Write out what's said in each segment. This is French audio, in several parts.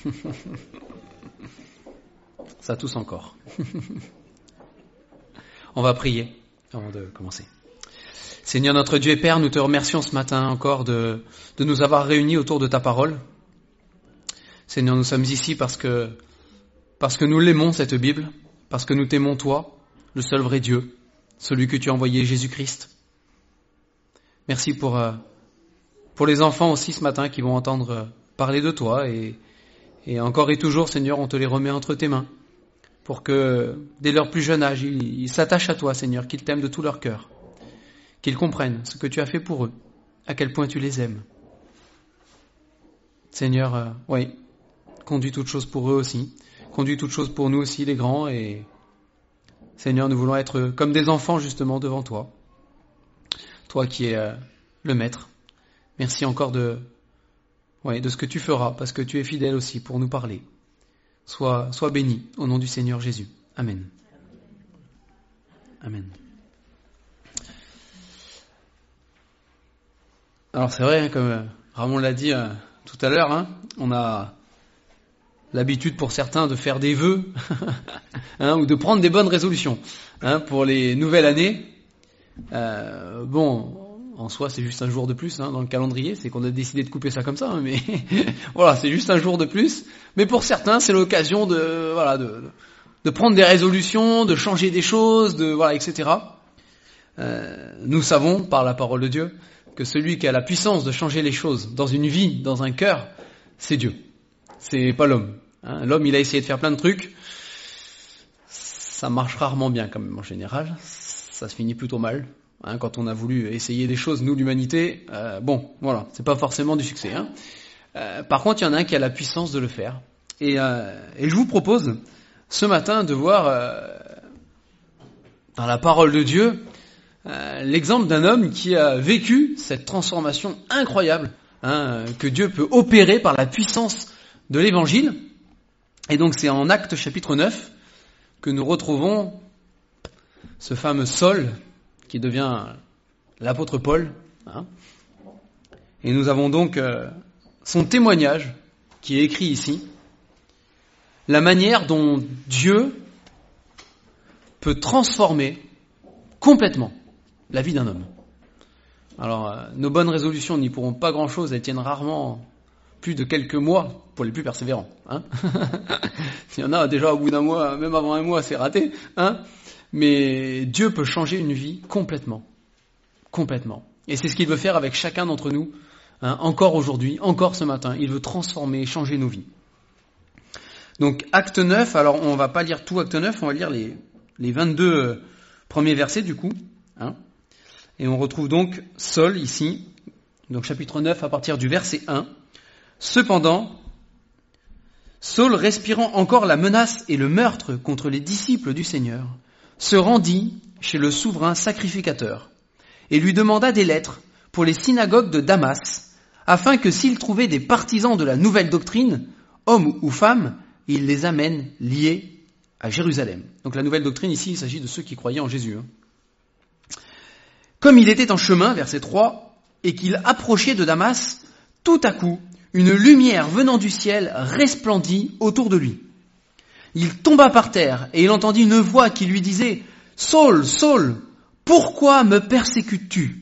Ça tousse encore. On va prier avant de commencer. Seigneur notre Dieu et Père, nous te remercions ce matin encore de nous avoir réunis autour de ta parole. Seigneur, nous sommes ici parce que nous l'aimons, cette Bible, parce que nous t'aimons toi, le seul vrai Dieu, celui que tu as envoyé, Jésus-Christ. Merci pour les enfants aussi ce matin qui vont entendre parler de toi et encore et toujours, Seigneur, on te les remet entre tes mains pour que dès leur plus jeune âge, ils s'attachent à toi, Seigneur, qu'ils t'aiment de tout leur cœur, qu'ils comprennent ce que tu as fait pour eux, à quel point tu les aimes. Seigneur, oui, conduis toutes choses pour eux aussi, conduis toutes choses pour nous aussi, les grands, et Seigneur, nous voulons être comme des enfants justement devant toi, toi qui es le Maître. Merci encore de ce que tu feras, parce que tu es fidèle aussi pour nous parler. Sois béni au nom du Seigneur Jésus. Amen. Amen. Alors c'est vrai, comme Ramon l'a dit tout à l'heure, on a l'habitude pour certains de faire des vœux ou de prendre des bonnes résolutions pour les nouvelles années. En soi, c'est juste un jour de plus dans le calendrier, c'est qu'on a décidé de couper ça comme ça, mais voilà, c'est juste un jour de plus. Mais pour certains, c'est l'occasion de prendre des résolutions, de changer des choses, etc. Nous savons, par la parole de Dieu, que celui qui a la puissance de changer les choses dans une vie, dans un cœur, c'est Dieu. C'est pas l'homme. L'homme, il a essayé de faire plein de trucs. Ça marche rarement bien quand même en général. Ça se finit plutôt mal. Quand on a voulu essayer des choses, nous, l'humanité, c'est pas forcément du succès. Par contre, il y en a un qui a la puissance de le faire. Et je vous propose, ce matin, de voir, dans la parole de Dieu, l'exemple d'un homme qui a vécu cette transformation incroyable, que Dieu peut opérer par la puissance de l'Évangile. Et donc, c'est en Actes chapitre 9 que nous retrouvons ce fameux Saul, qui devient l'apôtre Paul. Et nous avons donc son témoignage qui est écrit ici. La manière dont Dieu peut transformer complètement la vie d'un homme. Alors, nos bonnes résolutions n'y pourront pas grand-chose, elles tiennent rarement plus de quelques mois pour les plus persévérants. Il y en a déjà au bout d'un mois, même avant un mois, c'est raté. Mais Dieu peut changer une vie complètement. Complètement. Et c'est ce qu'il veut faire avec chacun d'entre nous, encore aujourd'hui, encore ce matin. Il veut transformer, changer nos vies. Donc, Acte 9, alors on va pas lire tout Acte 9, on va lire les 22 premiers versets du coup. Et on retrouve donc Saul ici, donc chapitre 9 à partir du verset 1. Cependant, Saul, respirant encore la menace et le meurtre contre les disciples du Seigneur, se rendit chez le souverain sacrificateur et lui demanda des lettres pour les synagogues de Damas, afin que s'il trouvait des partisans de la nouvelle doctrine, hommes ou femmes, il les amène liés à Jérusalem. Donc la nouvelle doctrine ici, il s'agit de ceux qui croyaient en Jésus. Comme il était en chemin, verset 3, et qu'il approchait de Damas, tout à coup, une lumière venant du ciel resplendit autour de lui. Il tomba par terre et il entendit une voix qui lui disait « Saul, Saul, pourquoi me persécutes-tu »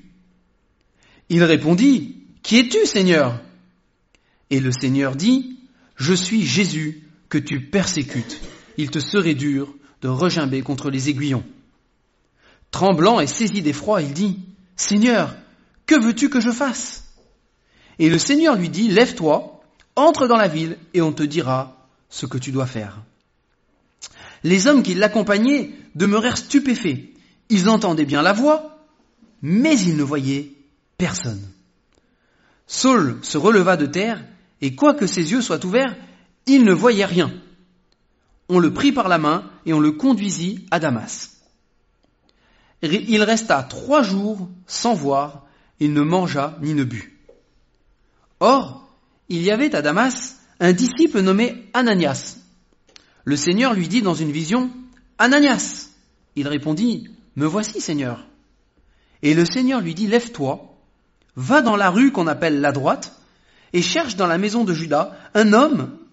Il répondit « Qui es-tu, Seigneur » Et le Seigneur dit « Je suis Jésus que tu persécutes. Il te serait dur de regimber contre les aiguillons. » Tremblant et saisi d'effroi, il dit « Seigneur, que veux-tu que je fasse » Et le Seigneur lui dit « Lève-toi, entre dans la ville et on te dira ce que tu dois faire. » Les hommes qui l'accompagnaient demeurèrent stupéfaits. Ils entendaient bien la voix, mais ils ne voyaient personne. Saul se releva de terre, et quoique ses yeux soient ouverts, il ne voyait rien. On le prit par la main et on le conduisit à Damas. Il resta 3 jours sans voir, il ne mangea ni ne but. Or, il y avait à Damas un disciple nommé Ananias. Le Seigneur lui dit dans une vision, « Ananias !» Il répondit, « Me voici, Seigneur. » Et le Seigneur lui dit, « Lève-toi, va dans la rue qu'on appelle la droite, et cherche dans la maison de Judas un homme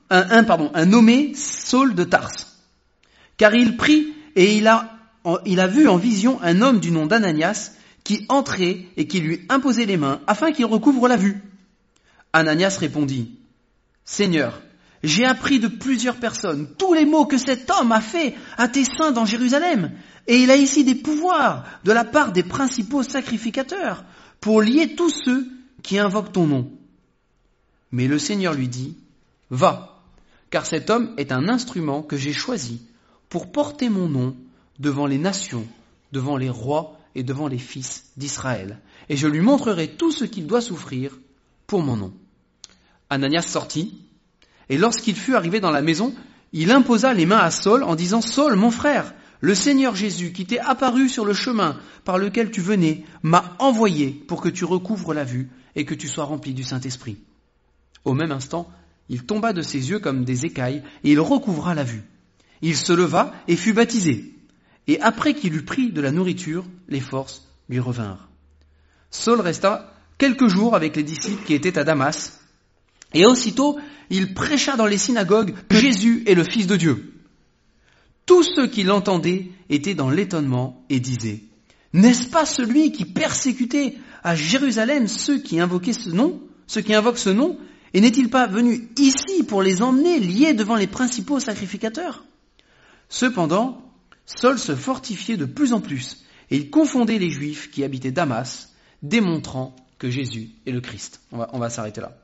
un nommé Saul de Tarse. Car il prit et il a vu en vision un homme du nom d'Ananias qui entrait et qui lui imposait les mains afin qu'il recouvre la vue. Ananias répondit, « Seigneur, j'ai appris de plusieurs personnes tous les maux que cet homme a fait à tes saints dans Jérusalem, et il a ici des pouvoirs de la part des principaux sacrificateurs pour lier tous ceux qui invoquent ton nom. » Mais le Seigneur lui dit, « Va, car cet homme est un instrument que j'ai choisi pour porter mon nom devant les nations, devant les rois et devant les fils d'Israël, et je lui montrerai tout ce qu'il doit souffrir pour mon nom. » Ananias sortit, et lorsqu'il fut arrivé dans la maison, il imposa les mains à Saul en disant, « Saul, mon frère, le Seigneur Jésus, qui t'est apparu sur le chemin par lequel tu venais, m'a envoyé pour que tu recouvres la vue et que tu sois rempli du Saint-Esprit. » Au même instant, il tomba de ses yeux comme des écailles et il recouvra la vue. Il se leva et fut baptisé. Et après qu'il eut pris de la nourriture, les forces lui revinrent. Saul resta quelques jours avec les disciples qui étaient à Damas, et aussitôt il prêcha dans les synagogues que Jésus est le Fils de Dieu. Tous ceux qui l'entendaient étaient dans l'étonnement et disaient, « N'est-ce pas celui qui persécutait à Jérusalem ceux qui invoquent ce nom, et n'est-il pas venu ici pour les emmener liés devant les principaux sacrificateurs ?» Cependant, Saul se fortifiait de plus en plus, et il confondait les Juifs qui habitaient Damas, démontrant que Jésus est le Christ. On va s'arrêter là.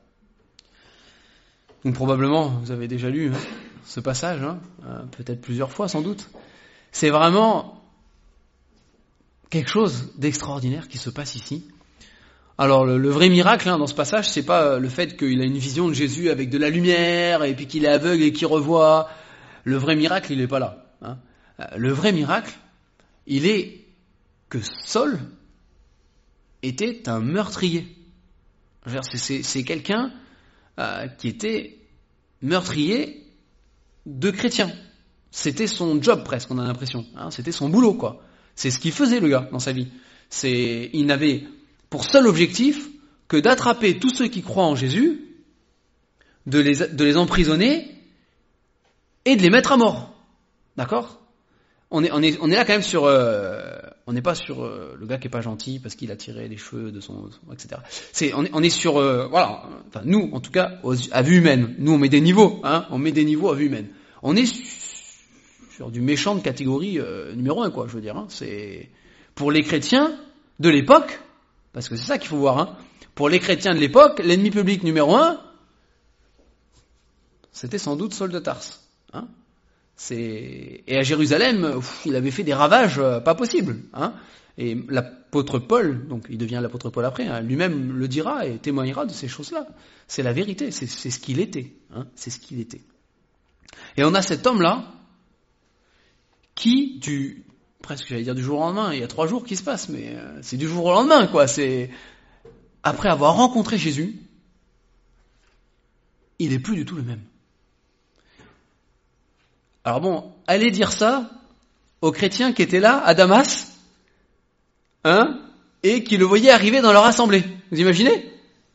Donc probablement, vous avez déjà lu ce passage, peut-être plusieurs fois sans doute. C'est vraiment quelque chose d'extraordinaire qui se passe ici. Alors le vrai miracle dans ce passage, c'est pas le fait qu'il a une vision de Jésus avec de la lumière et puis qu'il est aveugle et qu'il revoit. Le vrai miracle, il n'est pas là. Le vrai miracle, il est que Saul était un meurtrier. C'est quelqu'un qui était meurtrier de chrétiens. C'était son job presque, on a l'impression. C'était son boulot, quoi. C'est ce qu'il faisait, le gars, dans sa vie. Il n'avait pour seul objectif que d'attraper tous ceux qui croient en Jésus, de les emprisonner et de les mettre à mort. D'accord ? On est là quand même sur... on n'est pas sur le gars qui est pas gentil parce qu'il a tiré les cheveux de son etc. On est sur voilà. Enfin nous en tout cas à vue humaine. Nous on met des niveaux. On met des niveaux à vue humaine. On est sur du méchant de catégorie numéro 1 quoi. Je veux dire. C'est pour les chrétiens de l'époque parce que c'est ça qu'il faut voir. Pour les chrétiens de l'époque, l'ennemi public numéro 1, c'était sans doute Saul de Tarse. Et à Jérusalem, il avait fait des ravages pas possibles. Et l'apôtre Paul, donc il devient l'apôtre Paul après, lui-même le dira et témoignera de ces choses-là. C'est la vérité, c'est ce qu'il était. C'est ce qu'il était. Et on a cet homme-là qui, presque j'allais dire du jour au lendemain, il y a 3 jours qui se passent, mais c'est du jour au lendemain, quoi. C'est après avoir rencontré Jésus, il est plus du tout le même. Alors bon, allez dire ça aux chrétiens qui étaient là, à Damas, et qui le voyaient arriver dans leur assemblée. Vous imaginez ?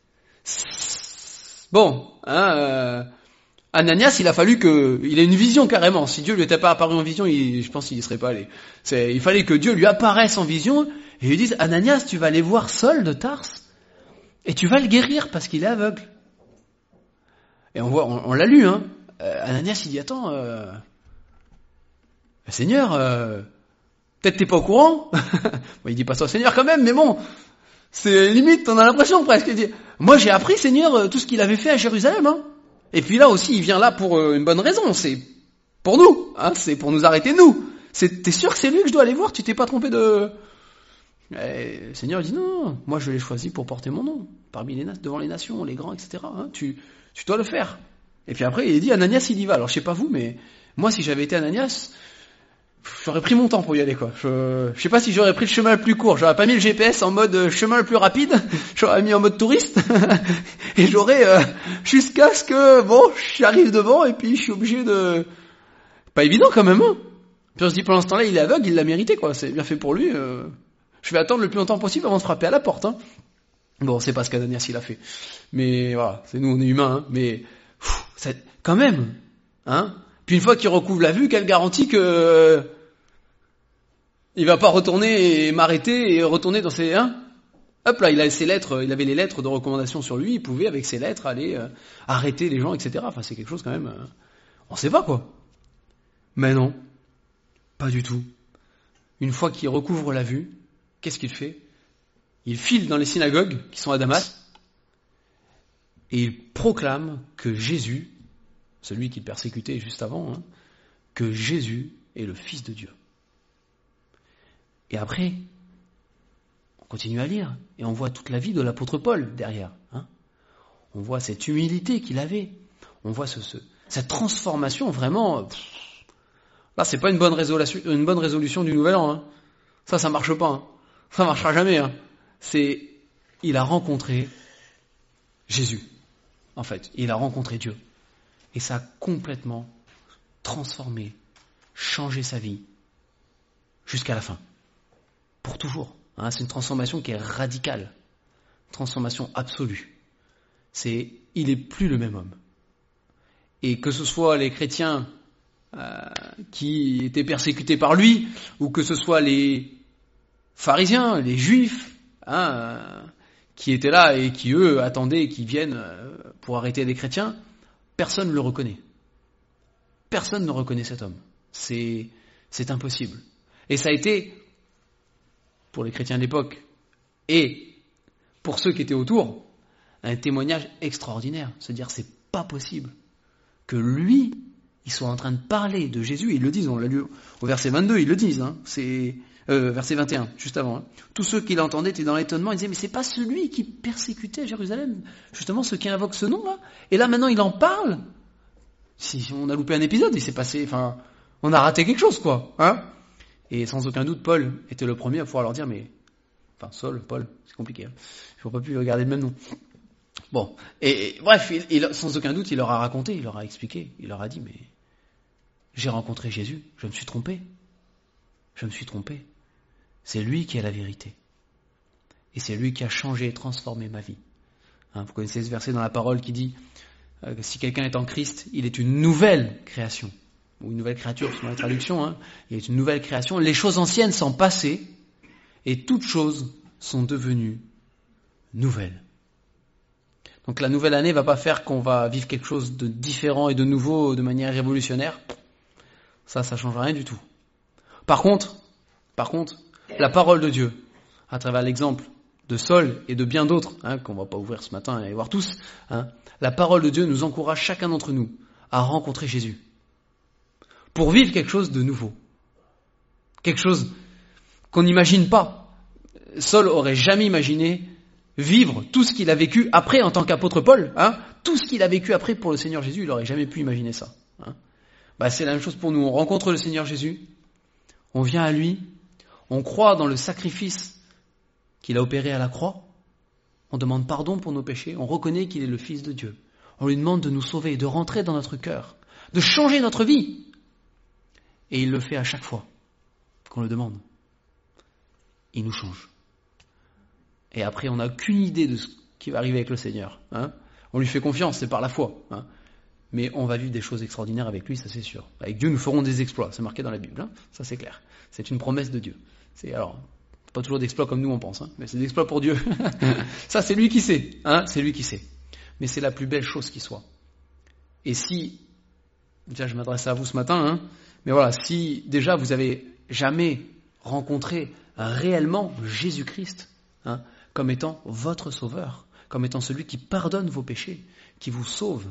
Bon, Ananias, il a fallu il ait une vision carrément. Si Dieu lui était pas apparu en vision, je pense qu'il y serait pas allé. Il fallait que Dieu lui apparaisse en vision et lui dise, Ananias, tu vas aller voir Saul de Tarse et tu vas le guérir parce qu'il est aveugle. Et on l'a lu, Ananias, il dit, attends, Seigneur, peut-être t'es pas au courant. Bon, il dit pas ça au Seigneur quand même, mais bon, c'est limite, on a l'impression presque. Il dit, moi j'ai appris, Seigneur, tout ce qu'il avait fait à Jérusalem. Et puis là aussi, il vient là pour une bonne raison, c'est pour nous, c'est pour nous arrêter nous. T'es sûr que c'est lui que je dois aller voir, tu t'es pas trompé de... Et le Seigneur dit, non, moi je l'ai choisi pour porter mon nom, devant les nations, les grands, etc. Tu dois le faire. Et puis après, il dit, Ananias, il y va. Alors je sais pas vous, mais moi si j'avais été Ananias... J'aurais pris mon temps pour y aller, quoi. Je sais pas si j'aurais pris le chemin le plus court. J'aurais pas mis le GPS en mode chemin le plus rapide. J'aurais mis en mode touriste. Et j'aurais, jusqu'à ce que, j'arrive devant et puis je suis obligé de... Pas évident quand même, Puis on se dit, pendant ce temps-là, il est aveugle, il l'a mérité, quoi. C'est bien fait pour lui. Je vais attendre le plus longtemps possible avant de frapper à la porte, Bon, c'est pas ce qu'Ananias il a fait. Mais voilà, c'est nous, on est humains, mais... Quand même, hein. Puis une fois qu'il recouvre la vue, quelle garantie que il va pas retourner et m'arrêter et retourner dans ses... Hop là, il avait les lettres de recommandation sur lui, il pouvait avec ses lettres aller arrêter les gens, etc. Enfin, c'est quelque chose quand même... on sait pas quoi. Mais non, pas du tout. Une fois qu'il recouvre la vue, qu'est-ce qu'il fait? Il file dans les synagogues qui sont à Damas et il proclame que Jésus, celui qu'il persécutait juste avant, que Jésus est le Fils de Dieu. Et après, on continue à lire et on voit toute la vie de l'apôtre Paul derrière. On voit cette humilité qu'il avait. On voit cette transformation vraiment... Là, c'est pas une bonne résolution du Nouvel An. Ça marche pas. Ça marchera jamais. Il a rencontré Jésus. En fait, il a rencontré Dieu. Et ça a complètement transformé, changé sa vie jusqu'à la fin. Pour toujours. C'est une transformation qui est radicale. Transformation absolue. Il est plus le même homme. Et que ce soit les chrétiens qui étaient persécutés par lui, ou que ce soit les pharisiens, les juifs, qui étaient là et qui, eux, attendaient qu'ils viennent pour arrêter les chrétiens, personne ne le reconnaît. Personne ne reconnaît cet homme. C'est impossible. Et ça a été, pour les chrétiens de l'époque, et pour ceux qui étaient autour, un témoignage extraordinaire. Se dire, c'est pas possible que lui, il soit en train de parler de Jésus. Ils le disent, on l'a lu au verset 22, ils le disent. C'est verset 21, juste avant. Tous ceux qui l'entendaient étaient dans l'étonnement. Ils disaient, mais c'est pas celui qui persécutait Jérusalem, justement ceux qui invoquent ce nom-là. Et là, maintenant, il en parle. Si on a loupé un épisode, il s'est passé, on a raté quelque chose, quoi. Et sans aucun doute, Paul était le premier à pouvoir leur dire, Saul, Paul, c'est compliqué. Il faut pas plus regarder le même nom. Bon, et bref, sans aucun doute, il leur a raconté, il leur a expliqué, il leur a dit, mais j'ai rencontré Jésus, je me suis trompé. C'est lui qui est la vérité. Et c'est lui qui a changé et transformé ma vie. Vous connaissez ce verset dans la parole qui dit que si quelqu'un est en Christ, il est une nouvelle création. Ou une nouvelle créature, selon la traduction. Il est une nouvelle création. Les choses anciennes sont passées et toutes choses sont devenues nouvelles. Donc la nouvelle année va pas faire qu'on va vivre quelque chose de différent et de nouveau de manière révolutionnaire. Ça change rien du tout. Par contre, la parole de Dieu, à travers l'exemple de Saul et de bien d'autres, qu'on va pas ouvrir ce matin et voir tous, la parole de Dieu nous encourage chacun d'entre nous à rencontrer Jésus. Pour vivre quelque chose de nouveau. Quelque chose qu'on n'imagine pas. Saul aurait jamais imaginé vivre tout ce qu'il a vécu après en tant qu'apôtre Paul, tout ce qu'il a vécu après pour le Seigneur Jésus, il n'aurait jamais pu imaginer ça. C'est la même chose pour nous. On rencontre le Seigneur Jésus, on vient à lui, on croit dans le sacrifice qu'il a opéré à la croix, on demande pardon pour nos péchés, on reconnaît qu'il est le Fils de Dieu, on lui demande de nous sauver, de rentrer dans notre cœur, de changer notre vie. Et il le fait à chaque fois qu'on le demande. Il nous change. Et après, on n'a aucune idée de ce qui va arriver avec le Seigneur. On lui fait confiance, c'est par la foi. Mais on va vivre des choses extraordinaires avec lui, ça c'est sûr. Avec Dieu, nous ferons des exploits. C'est marqué dans la Bible, ça c'est clair. C'est une promesse de Dieu. C'est pas toujours d'exploits comme nous on pense, mais c'est des exploits pour Dieu. Ça c'est lui qui sait, c'est lui qui sait. Mais c'est la plus belle chose qui soit. Et si, déjà je m'adresse à vous ce matin, mais voilà, si déjà vous avez jamais rencontré réellement Jésus-Christ, comme étant votre sauveur, comme étant celui qui pardonne vos péchés, qui vous sauve,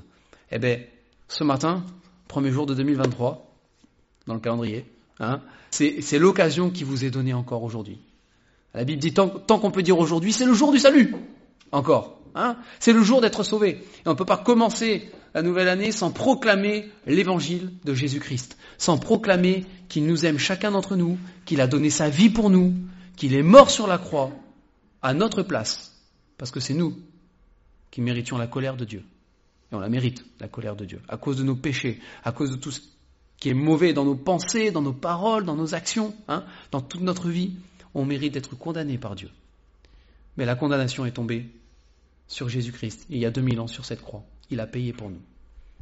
ce matin, premier jour de 2023, dans le calendrier, c'est l'occasion qui vous est donnée encore aujourd'hui. La Bible dit tant qu'on peut dire aujourd'hui, c'est le jour du salut, encore. C'est le jour d'être sauvé. Et on ne peut pas commencer la nouvelle année sans proclamer l'évangile de Jésus-Christ, sans proclamer qu'il nous aime chacun d'entre nous, qu'il a donné sa vie pour nous, qu'il est mort sur la croix, à notre place, parce que c'est nous qui méritions la colère de Dieu. Et on la mérite, la colère de Dieu, à cause de nos péchés, à cause de tout ce qui est mauvais dans nos pensées, dans nos paroles, dans nos actions, dans toute notre vie, on mérite d'être condamné par Dieu. Mais la condamnation est tombée sur Jésus-Christ, il y a 2000 ans sur cette croix. Il a payé pour nous.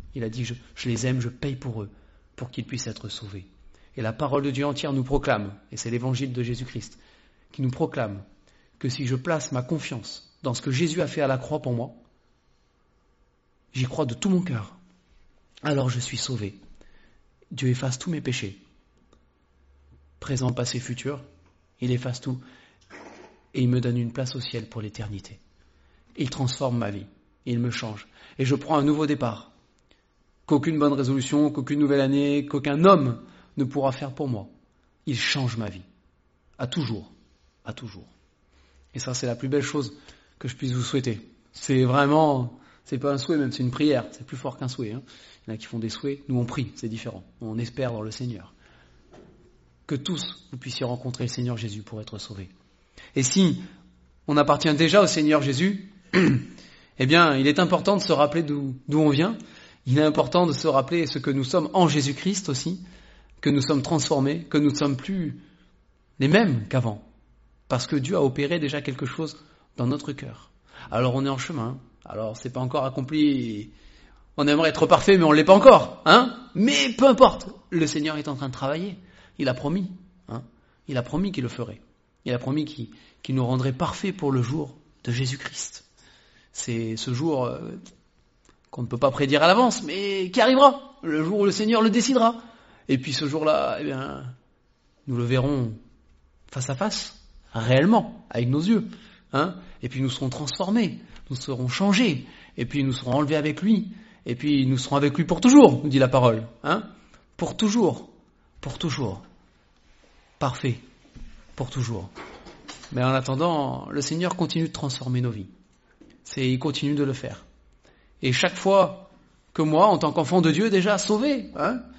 Il a dit, je les aime, je paye pour eux, pour qu'ils puissent être sauvés. Et la parole de Dieu entière nous proclame, et c'est l'évangile de Jésus-Christ, qui nous proclame que si je place ma confiance dans ce que Jésus a fait à la croix pour moi, j'y crois de tout mon cœur, alors je suis sauvé. Dieu efface tous mes péchés, présent, passé, futur, il efface tout, et il me donne une place au ciel pour l'éternité. Il transforme ma vie, il me change, et je prends un nouveau départ, qu'aucune bonne résolution, qu'aucune nouvelle année, qu'aucun homme ne pourra faire pour moi. Il change ma vie, à toujours, à toujours. Et ça, c'est la plus belle chose que je puisse vous souhaiter. C'est vraiment, c'est pas un souhait même, c'est une prière, c'est plus fort qu'un souhait. Il y en a qui font des souhaits, nous on prie, c'est différent, on espère dans le Seigneur. Que tous vous puissiez rencontrer le Seigneur Jésus pour être sauvés. Et si on appartient déjà au Seigneur Jésus, eh bien, il est important de se rappeler d'où on vient. Il est important de se rappeler ce que nous sommes en Jésus-Christ aussi, que nous sommes transformés, que nous ne sommes plus les mêmes qu'avant. Parce que Dieu a opéré déjà quelque chose dans notre cœur. Alors on est en chemin, alors c'est pas encore accompli, on aimerait être parfait mais on l'est pas encore, mais peu importe, le Seigneur est en train de travailler, il a promis, il a promis qu'il le ferait, il a promis qu'il nous rendrait parfaits pour le jour de Jésus-Christ. C'est ce jour qu'on ne peut pas prédire à l'avance, mais qui arrivera, le jour où le Seigneur le décidera. Et puis ce jour-là, eh bien, nous le verrons face à face, réellement, avec nos yeux. Et puis nous serons transformés, nous serons changés, et puis nous serons enlevés avec lui, et puis nous serons avec lui pour toujours, nous dit la parole. Pour toujours, parfait, pour toujours. Mais en attendant, le Seigneur continue de transformer nos vies. Il continue de le faire. Et chaque fois que moi, en tant qu'enfant de Dieu, déjà sauvé,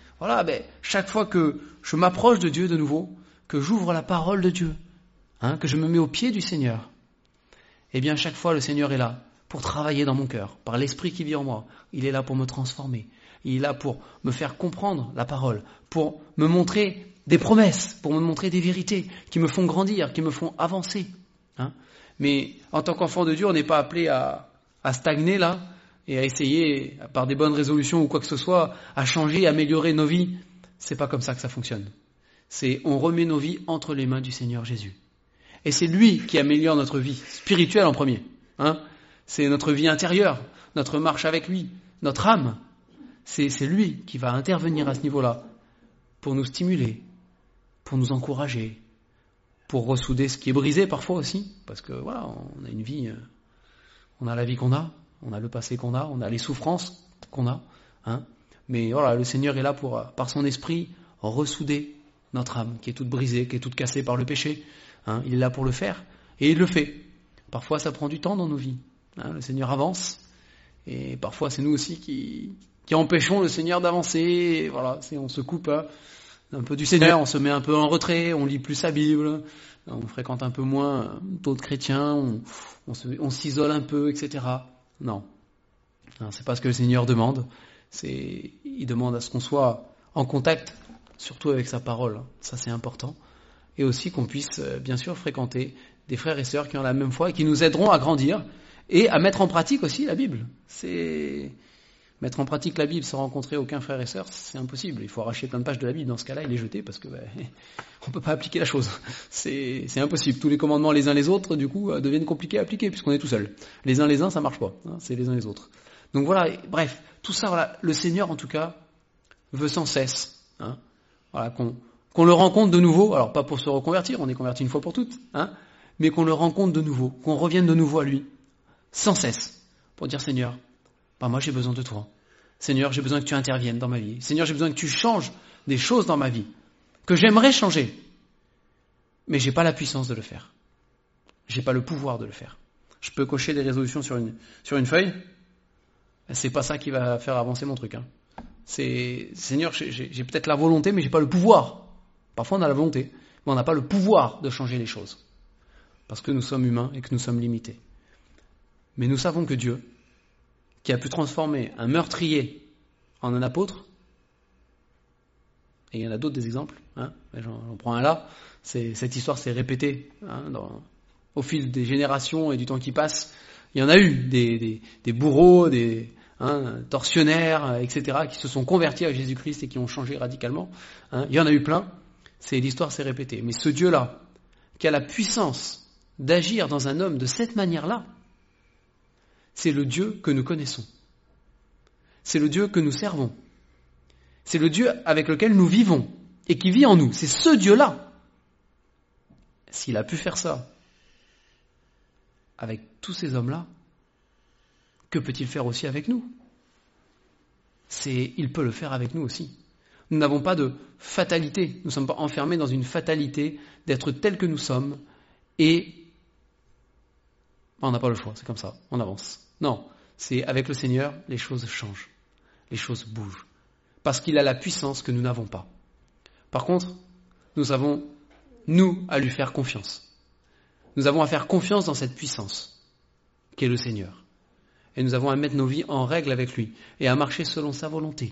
chaque fois que je m'approche de Dieu de nouveau, que j'ouvre la parole de Dieu, que je me mets au pied du Seigneur, eh bien chaque fois le Seigneur est là pour travailler dans mon cœur, par l'Esprit qui vit en moi. Il est là pour me transformer, il est là pour me faire comprendre la parole, pour me montrer des promesses, pour me montrer des vérités qui me font grandir, qui me font avancer. Mais en tant qu'enfant de Dieu, on n'est pas appelé à stagner là, et à essayer, par des bonnes résolutions ou quoi que ce soit, à changer, à améliorer nos vies. C'est pas comme ça que ça fonctionne. On remet nos vies entre les mains du Seigneur Jésus. Et c'est lui qui améliore notre vie spirituelle en premier. C'est notre vie intérieure, notre marche avec lui, notre âme. C'est lui qui va intervenir à ce niveau-là pour nous stimuler, pour nous encourager, pour ressouder ce qui est brisé parfois aussi, parce que voilà, on a une vie, on a la vie qu'on a, on a le passé qu'on a, on a les souffrances qu'on a, mais voilà, le Seigneur est là pour, par son esprit, ressouder notre âme qui est toute brisée, qui est toute cassée par le péché. Il est là pour le faire, et il le fait. Parfois ça prend du temps dans nos vies. Le Seigneur avance, et parfois c'est nous aussi qui empêchons le Seigneur d'avancer. Et voilà, on se coupe un peu du Seigneur, on se met un peu en retrait, on lit plus sa Bible, on fréquente un peu moins d'autres chrétiens, on s'isole un peu, etc. Non, c'est pas ce que le Seigneur demande. Il demande à ce qu'on soit en contact, surtout avec sa parole. Ça, c'est important. Et aussi qu'on puisse, bien sûr, fréquenter des frères et sœurs qui ont la même foi et qui nous aideront à grandir et à mettre en pratique aussi la Bible. Mettre en pratique la Bible sans rencontrer aucun frère et sœur, c'est impossible. Il faut arracher plein de pages de la Bible dans ce cas-là et les jeter parce que on peut pas appliquer la chose. C'est impossible. Tous les commandements les uns les autres, du coup, deviennent compliqués à appliquer puisqu'on est tout seul. Les uns, ça marche pas. C'est les uns les autres. Donc voilà. Bref, tout ça, voilà. Le Seigneur, en tout cas, veut sans cesse, voilà, qu'on le rencontre de nouveau. Alors pas pour se reconvertir, on est converti une fois pour toutes, mais qu'on le rencontre de nouveau, qu'on revienne de nouveau à lui, sans cesse, pour dire Seigneur, moi j'ai besoin de toi. Seigneur, j'ai besoin que tu interviennes dans ma vie. Seigneur, j'ai besoin que tu changes des choses dans ma vie, que j'aimerais changer, mais j'ai pas la puissance de le faire. J'ai pas le pouvoir de le faire. Je peux cocher des résolutions sur une feuille, c'est pas ça qui va faire avancer mon truc. Seigneur, j'ai peut-être la volonté, mais j'ai pas le pouvoir. Parfois on a la volonté, mais on n'a pas le pouvoir de changer les choses. Parce que nous sommes humains et que nous sommes limités. Mais nous savons que Dieu, qui a pu transformer un meurtrier en un apôtre, et il y en a d'autres des exemples, j'en prends un là, cette histoire s'est répétée au fil des générations et du temps qui passe. Il y en a eu des bourreaux, des tortionnaires, etc., qui se sont convertis à Jésus-Christ et qui ont changé radicalement. Il y en a eu plein. L'histoire s'est répétée. Mais ce Dieu-là, qui a la puissance d'agir dans un homme de cette manière-là, c'est le Dieu que nous connaissons. C'est le Dieu que nous servons. C'est le Dieu avec lequel nous vivons et qui vit en nous. C'est ce Dieu-là. S'il a pu faire ça avec tous ces hommes-là, que peut-il faire aussi avec nous ? Il peut le faire avec nous aussi. Nous n'avons pas de fatalité. Nous ne sommes pas enfermés dans une fatalité d'être tels que nous sommes et on n'a pas le choix, c'est comme ça, on avance. Non, c'est avec le Seigneur, les choses changent, les choses bougent. Parce qu'il a la puissance que nous n'avons pas. Par contre, nous avons, nous, à lui faire confiance. Nous avons à faire confiance dans cette puissance qu'est le Seigneur. Et nous avons à mettre nos vies en règle avec lui et à marcher selon sa volonté.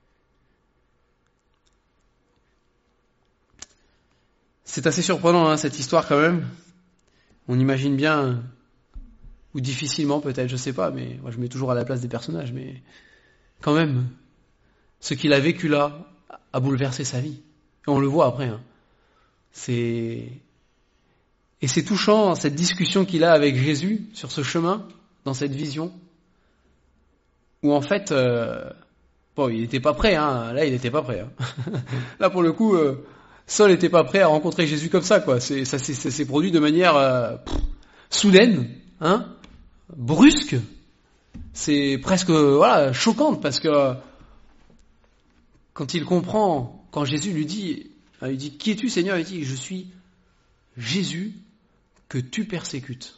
C'est assez surprenant, cette histoire quand même. On imagine bien, ou difficilement peut-être, je sais pas, mais moi je mets toujours à la place des personnages, mais quand même, ce qu'il a vécu là a bouleversé sa vie. Et on le voit après. Et c'est touchant, cette discussion qu'il a avec Jésus sur ce chemin, dans cette vision, où en fait, il n'était pas prêt, là il n'était pas prêt. Là pour le coup, Saul n'était pas prêt à rencontrer Jésus comme ça, quoi. Ça s'est produit de manière soudaine, brusque. C'est presque choquante parce que quand il comprend, quand Jésus lui dit, qui es-tu Seigneur ? Il dit, je suis Jésus que tu persécutes.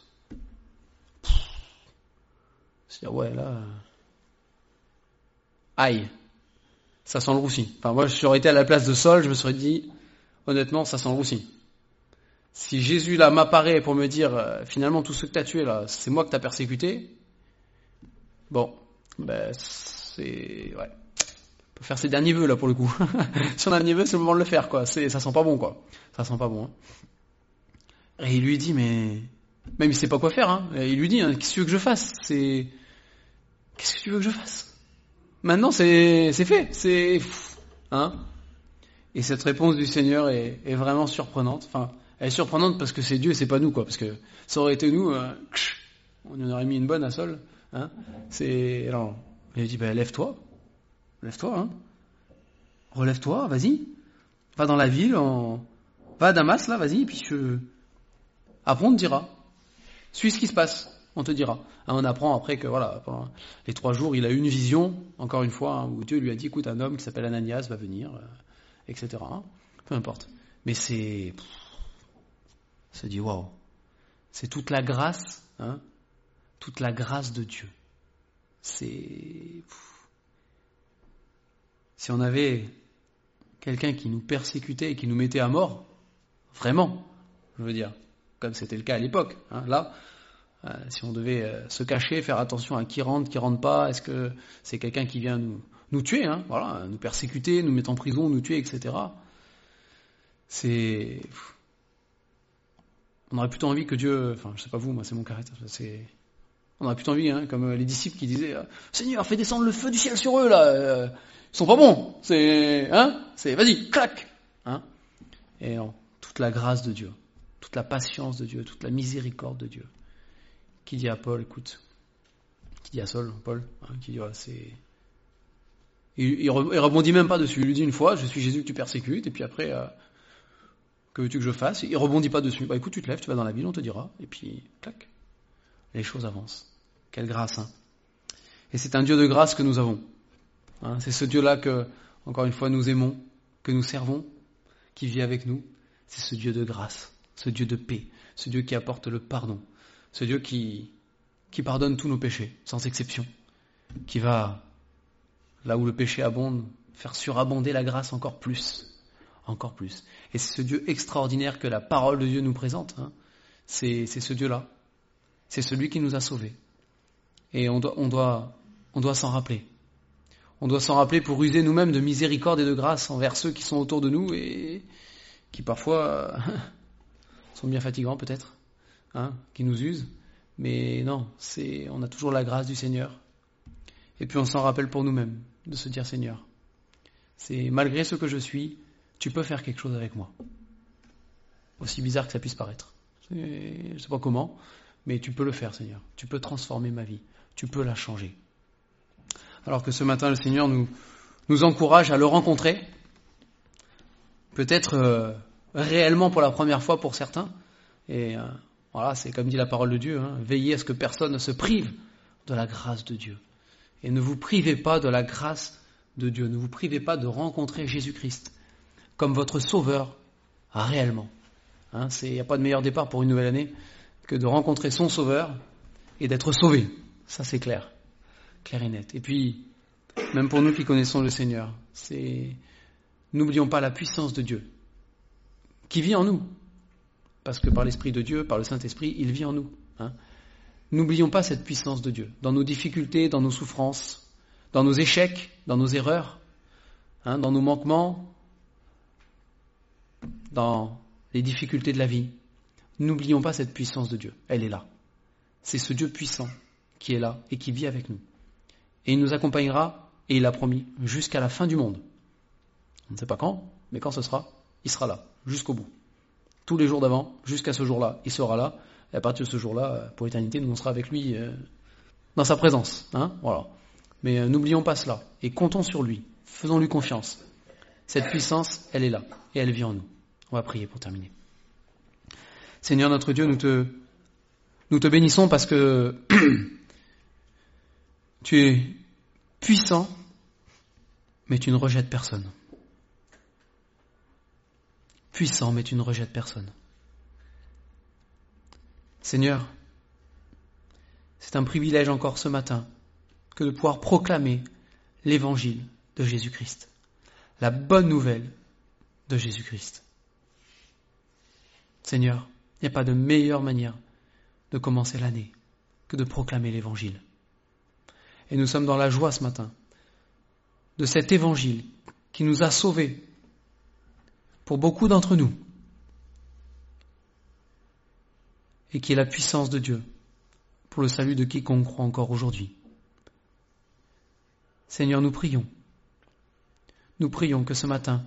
C'est-à-dire, là, aïe, ça sent le roussi. Enfin, moi, je serais été à la place de Saul, je me serais dit, honnêtement, ça sent le roussi. Si Jésus, là, m'apparaît pour me dire, finalement, tous ceux que tu as tués, là, c'est moi que tu as persécuté, c'est... Ouais. On peut faire ses derniers vœux, là, pour le coup. Si on a un dernier vœu, c'est le moment de le faire, quoi. Ça sent pas bon, quoi. Ça sent pas bon, Et il lui dit, mais... Même il sait pas quoi faire, Et il lui dit, qu'est-ce que tu veux que je fasse ? Qu'est-ce que tu veux que je fasse ? Maintenant, c'est fait. Et cette réponse du Seigneur est vraiment surprenante. Enfin, elle est surprenante parce que c'est Dieu et c'est pas nous, quoi. Parce que ça aurait été nous, on en aurait mis une bonne à Saul. Alors, il dit, lève-toi, relève-toi, vas-y, va dans la ville, va à Damas, là, vas-y, et puis après on te dira, suis ce qui se passe, on te dira. On apprend après que pendant les 3 jours, il a eu une vision, encore une fois, où Dieu lui a dit, écoute, un homme qui s'appelle Ananias va venir, etc. Peu importe. Mais se dit, waouh, c'est toute la grâce, toute la grâce de Dieu. Si on avait quelqu'un qui nous persécutait et qui nous mettait à mort, vraiment, je veux dire, comme c'était le cas à l'époque, là, si on devait se cacher, faire attention à qui rentre pas, est-ce que c'est quelqu'un qui vient nous tuer, nous persécuter, nous mettre en prison, nous tuer, etc. On aurait plutôt envie que Dieu, je sais pas vous, moi c'est mon caractère, on aurait plutôt envie, comme les disciples qui disaient, Seigneur, fais descendre le feu du ciel sur eux, là, ils sont pas bons, c'est vas-y, clac, Et non, toute la grâce de Dieu, toute la patience de Dieu, toute la miséricorde de Dieu, qui dit à Paul, écoute, qui dit à Saul, Paul, qui dit, il rebondit même pas dessus, il lui dit une fois, je suis Jésus que tu persécutes, et puis après, que veux-tu que je fasse ? Il rebondit pas dessus, écoute, tu te lèves, tu vas dans la ville, on te dira, et puis, clac, les choses avancent. Quelle grâce, Et c'est un Dieu de grâce que nous avons. C'est ce Dieu-là que, encore une fois, nous aimons, que nous servons, qui vit avec nous. C'est ce Dieu de grâce, ce Dieu de paix, ce Dieu qui apporte le pardon, ce Dieu qui pardonne tous nos péchés, sans exception, qui va, là où le péché abonde, faire surabonder la grâce encore plus. Et c'est ce Dieu extraordinaire que la parole de Dieu nous présente. C'est ce Dieu-là. C'est celui qui nous a sauvés. Et on doit s'en rappeler. On doit s'en rappeler pour user nous-mêmes de miséricorde et de grâce envers ceux qui sont autour de nous et qui parfois sont bien fatigants peut-être, qui nous usent. Mais non, on a toujours la grâce du Seigneur. Et puis on s'en rappelle pour nous-mêmes, de se dire Seigneur, c'est malgré ce que je suis, tu peux faire quelque chose avec moi. Aussi bizarre que ça puisse paraître. Je ne sais pas comment, mais tu peux le faire Seigneur. Tu peux transformer ma vie, tu peux la changer. Alors que ce matin le Seigneur nous encourage à le rencontrer, peut-être réellement pour la première fois pour certains. Et voilà, c'est comme dit la parole de Dieu, veillez à ce que personne ne se prive de la grâce de Dieu. Et ne vous privez pas de la grâce de Dieu, ne vous privez pas de rencontrer Jésus-Christ comme votre sauveur réellement. Il n'y a pas de meilleur départ pour une nouvelle année que de rencontrer son sauveur et d'être sauvé. Ça c'est clair et net. Et puis, même pour nous qui connaissons le Seigneur, n'oublions pas la puissance de Dieu qui vit en nous. Parce que par l'Esprit de Dieu, par le Saint-Esprit, il vit en nous. N'oublions pas cette puissance de Dieu. Dans nos difficultés, dans nos souffrances, dans nos échecs, dans nos erreurs, dans nos manquements, dans les difficultés de la vie. N'oublions pas cette puissance de Dieu. Elle est là. C'est ce Dieu puissant qui est là et qui vit avec nous. Et il nous accompagnera, et il a promis, jusqu'à la fin du monde. On ne sait pas quand, mais quand ce sera, il sera là, jusqu'au bout. Tous les jours d'avant, jusqu'à ce jour-là, il sera là. Et à partir de ce jour-là, pour l'éternité, nous on sera avec lui dans sa présence. Voilà. Mais n'oublions pas cela. Et comptons sur lui. Faisons-lui confiance. Cette puissance, elle est là. Et elle vit en nous. On va prier pour terminer. Seigneur notre Dieu, nous te bénissons parce que tu es puissant, mais tu ne rejettes personne. Puissant, mais tu ne rejettes personne. Seigneur, c'est un privilège encore ce matin que de pouvoir proclamer l'évangile de Jésus-Christ, la bonne nouvelle de Jésus-Christ. Seigneur, il n'y a pas de meilleure manière de commencer l'année que de proclamer l'évangile. Et nous sommes dans la joie ce matin de cet évangile qui nous a sauvés pour beaucoup d'entre nous et qui est la puissance de Dieu pour le salut de quiconque croit encore aujourd'hui. Seigneur, nous prions que ce matin,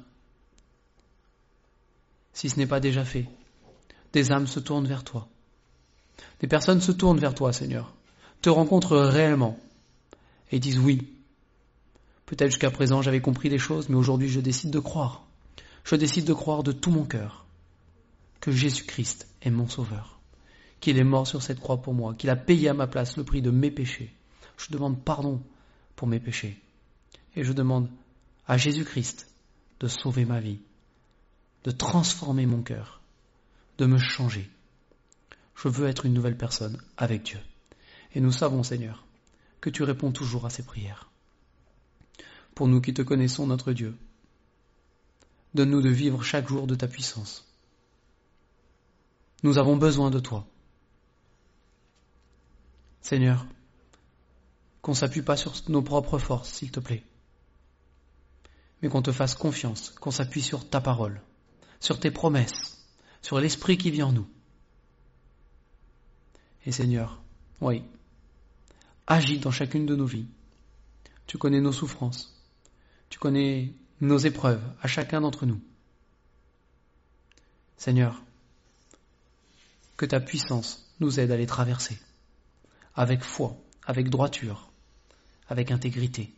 si ce n'est pas déjà fait, des âmes se tournent vers toi. Des personnes se tournent vers toi, Seigneur, te rencontrent réellement et disent oui. Peut-être jusqu'à présent j'avais compris des choses, mais aujourd'hui je décide de croire. Je décide de croire de tout mon cœur que Jésus-Christ est mon sauveur, qu'il est mort sur cette croix pour moi, qu'il a payé à ma place le prix de mes péchés. Je demande pardon pour mes péchés. Et je demande à Jésus-Christ de sauver ma vie, de transformer mon cœur, de me changer. Je veux être une nouvelle personne avec Dieu. Et nous savons, Seigneur, que tu réponds toujours à ces prières. Pour nous qui te connaissons, notre Dieu, donne-nous de vivre chaque jour de ta puissance. Nous avons besoin de toi. Seigneur, qu'on ne s'appuie pas sur nos propres forces, s'il te plaît, mais qu'on te fasse confiance, qu'on s'appuie sur ta parole, sur tes promesses, sur l'esprit qui vit en nous. Et Seigneur, oui, agis dans chacune de nos vies. Tu connais nos souffrances, tu connais nos épreuves à chacun d'entre nous. Seigneur, que ta puissance nous aide à les traverser, avec foi, avec droiture, avec intégrité.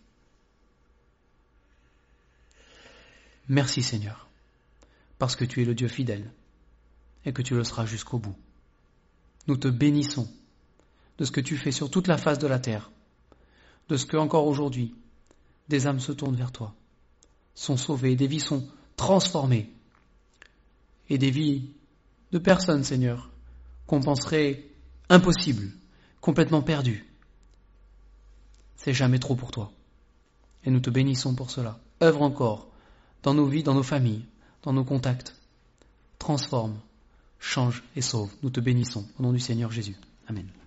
Merci Seigneur, parce que tu es le Dieu fidèle et que tu le seras jusqu'au bout. Nous te bénissons de ce que tu fais sur toute la face de la terre, de ce que encore aujourd'hui, des âmes se tournent vers toi, sont sauvées, des vies sont transformées, et des vies de personnes, Seigneur, qu'on penserait impossibles, complètement perdues. C'est jamais trop pour toi. Et nous te bénissons pour cela. Œuvre encore dans nos vies, dans nos familles, dans nos contacts. Transforme, change et sauve. Nous te bénissons. Au nom du Seigneur Jésus. Amen.